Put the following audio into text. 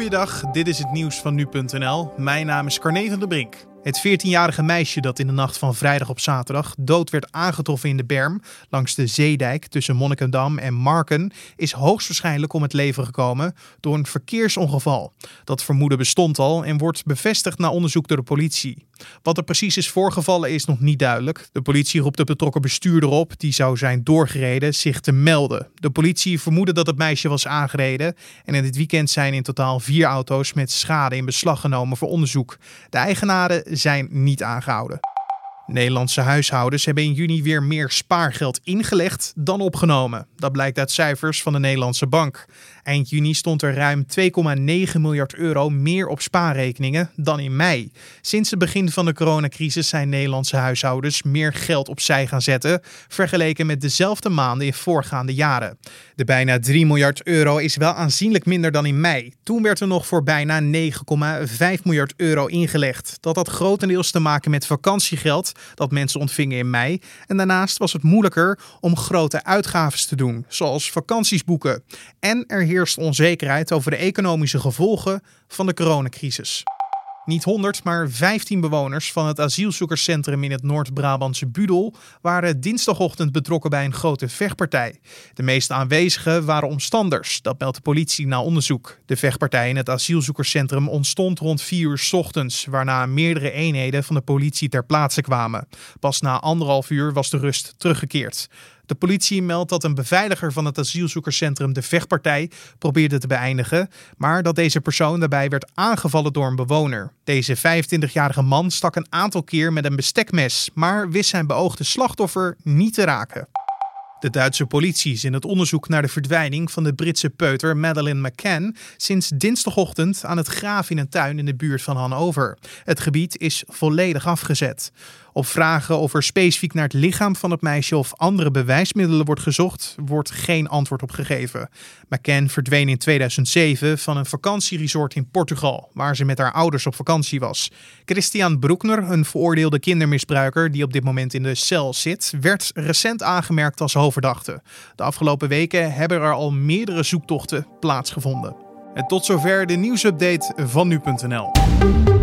Goeiedag, dit is het nieuws van nu.nl. Mijn naam is Carne van der Brink. Het 14-jarige meisje dat in de nacht van vrijdag op zaterdag dood werd aangetroffen in de berm langs de zeedijk tussen Monnikendam en Marken is hoogstwaarschijnlijk om het leven gekomen door een verkeersongeval. Dat vermoeden bestond al en wordt bevestigd na onderzoek door de politie. Wat er precies is voorgevallen is nog niet duidelijk. De politie roept de betrokken bestuurder op, die zou zijn doorgereden, zich te melden. De politie vermoedde dat het meisje was aangereden en in dit weekend zijn in totaal 4 auto's met schade in beslag genomen voor onderzoek. De eigenaren zijn niet aangehouden. Nederlandse huishoudens hebben in juni weer meer spaargeld ingelegd dan opgenomen. Dat blijkt uit cijfers van de Nederlandse Bank. Eind juni stond er ruim 2,9 miljard euro meer op spaarrekeningen dan in mei. Sinds het begin van de coronacrisis zijn Nederlandse huishoudens meer geld opzij gaan zetten, vergeleken met dezelfde maanden in voorgaande jaren. De bijna 3 miljard euro is wel aanzienlijk minder dan in mei. Toen werd er nog voor bijna 9,5 miljard euro ingelegd. Dat had grotendeels te maken met vakantiegeld dat mensen ontvingen in mei. En daarnaast was het moeilijker om grote uitgaven te doen, zoals vakanties boeken. En er heerst onzekerheid over de economische gevolgen van de coronacrisis. Niet 100, maar 15 bewoners van het asielzoekerscentrum in het Noord-Brabantse Budel waren dinsdagochtend betrokken bij een grote vechtpartij. De meeste aanwezigen waren omstanders, dat meldt de politie na onderzoek. De vechtpartij in het asielzoekerscentrum ontstond rond 4 uur 's ochtends, waarna meerdere eenheden van de politie ter plaatse kwamen. Pas na 1,5 uur was de rust teruggekeerd. De politie meldt dat een beveiliger van het asielzoekerscentrum de vechtpartij probeerde te beëindigen, maar dat deze persoon daarbij werd aangevallen door een bewoner. Deze 25-jarige man stak een aantal keer met een bestekmes, maar wist zijn beoogde slachtoffer niet te raken. De Duitse politie is in het onderzoek naar de verdwijning van de Britse peuter Madeleine McCann sinds dinsdagochtend aan het graven in een tuin in de buurt van Hannover. Het gebied is volledig afgezet. Op vragen of er specifiek naar het lichaam van het meisje of andere bewijsmiddelen wordt gezocht, wordt geen antwoord op gegeven. McCann verdween in 2007 van een vakantieresort in Portugal, waar ze met haar ouders op vakantie was. Christian Bruckner, een veroordeelde kindermisbruiker die op dit moment in de cel zit, werd recent aangemerkt als hoofdverdachte. De afgelopen weken hebben er al meerdere zoektochten plaatsgevonden. En tot zover de nieuwsupdate van nu.nl.